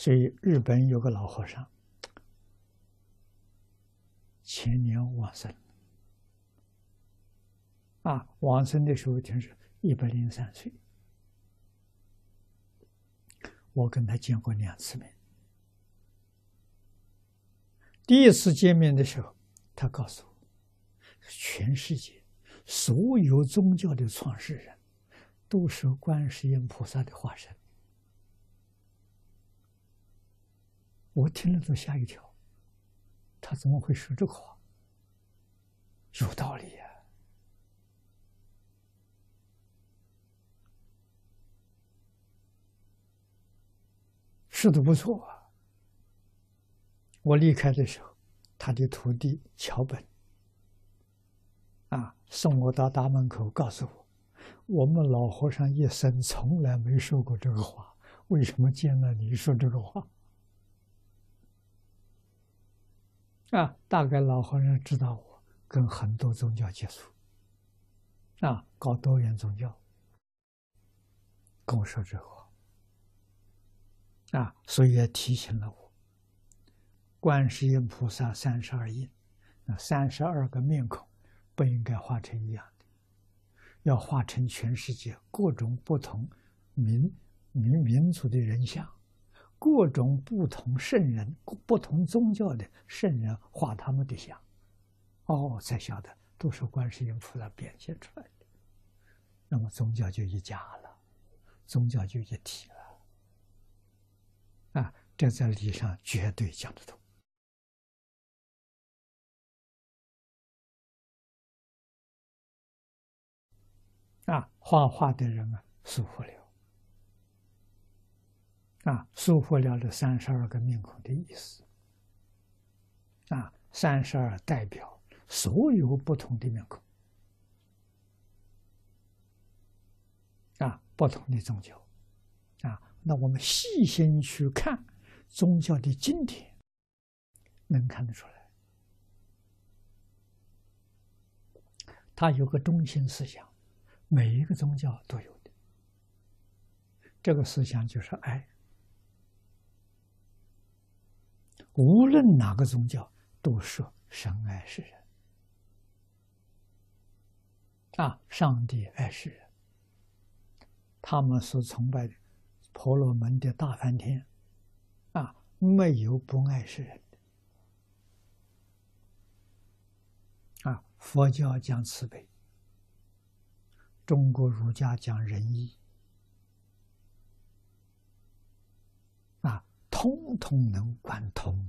所以日本有个老和尚，前年往生往生的时候听说103岁，我跟他见过2次面。第一次见面的时候，他告诉我，全世界所有宗教的创始人都是观世音菩萨的化身。我听了都吓一跳，他怎么会说这个话？有道理呀。说的不错啊。我离开的时候，他的徒弟桥本送我到大门口，告诉我，我们老和尚一生从来没说过这个话，为什么见了你说这个话？大概老和尚知道我跟很多宗教接触，搞多元宗教，跟我说这话，所以也提醒了我，观世音菩萨32应，那32个面孔不应该画成一样的，要画成全世界各种不同民族的人像，各种不同圣人、不同宗教的圣人画他们的像，才晓得都是观世音菩萨变现出来的。那么宗教就一家了，宗教就一体了。这在理上绝对讲得通。画画的人疏忽了，疏忽了这32个面孔的意思。32代表所有不同的面孔，不同的宗教，那我们细心去看宗教的经典，能看得出来，它有个中心思想，每一个宗教都有的。这个思想就是爱，无论哪个宗教都说神爱世人，上帝爱世人。他们所崇拜的婆罗门的大梵天，没有不爱世人的。佛教讲慈悲，中国儒家讲仁义，通通能贯通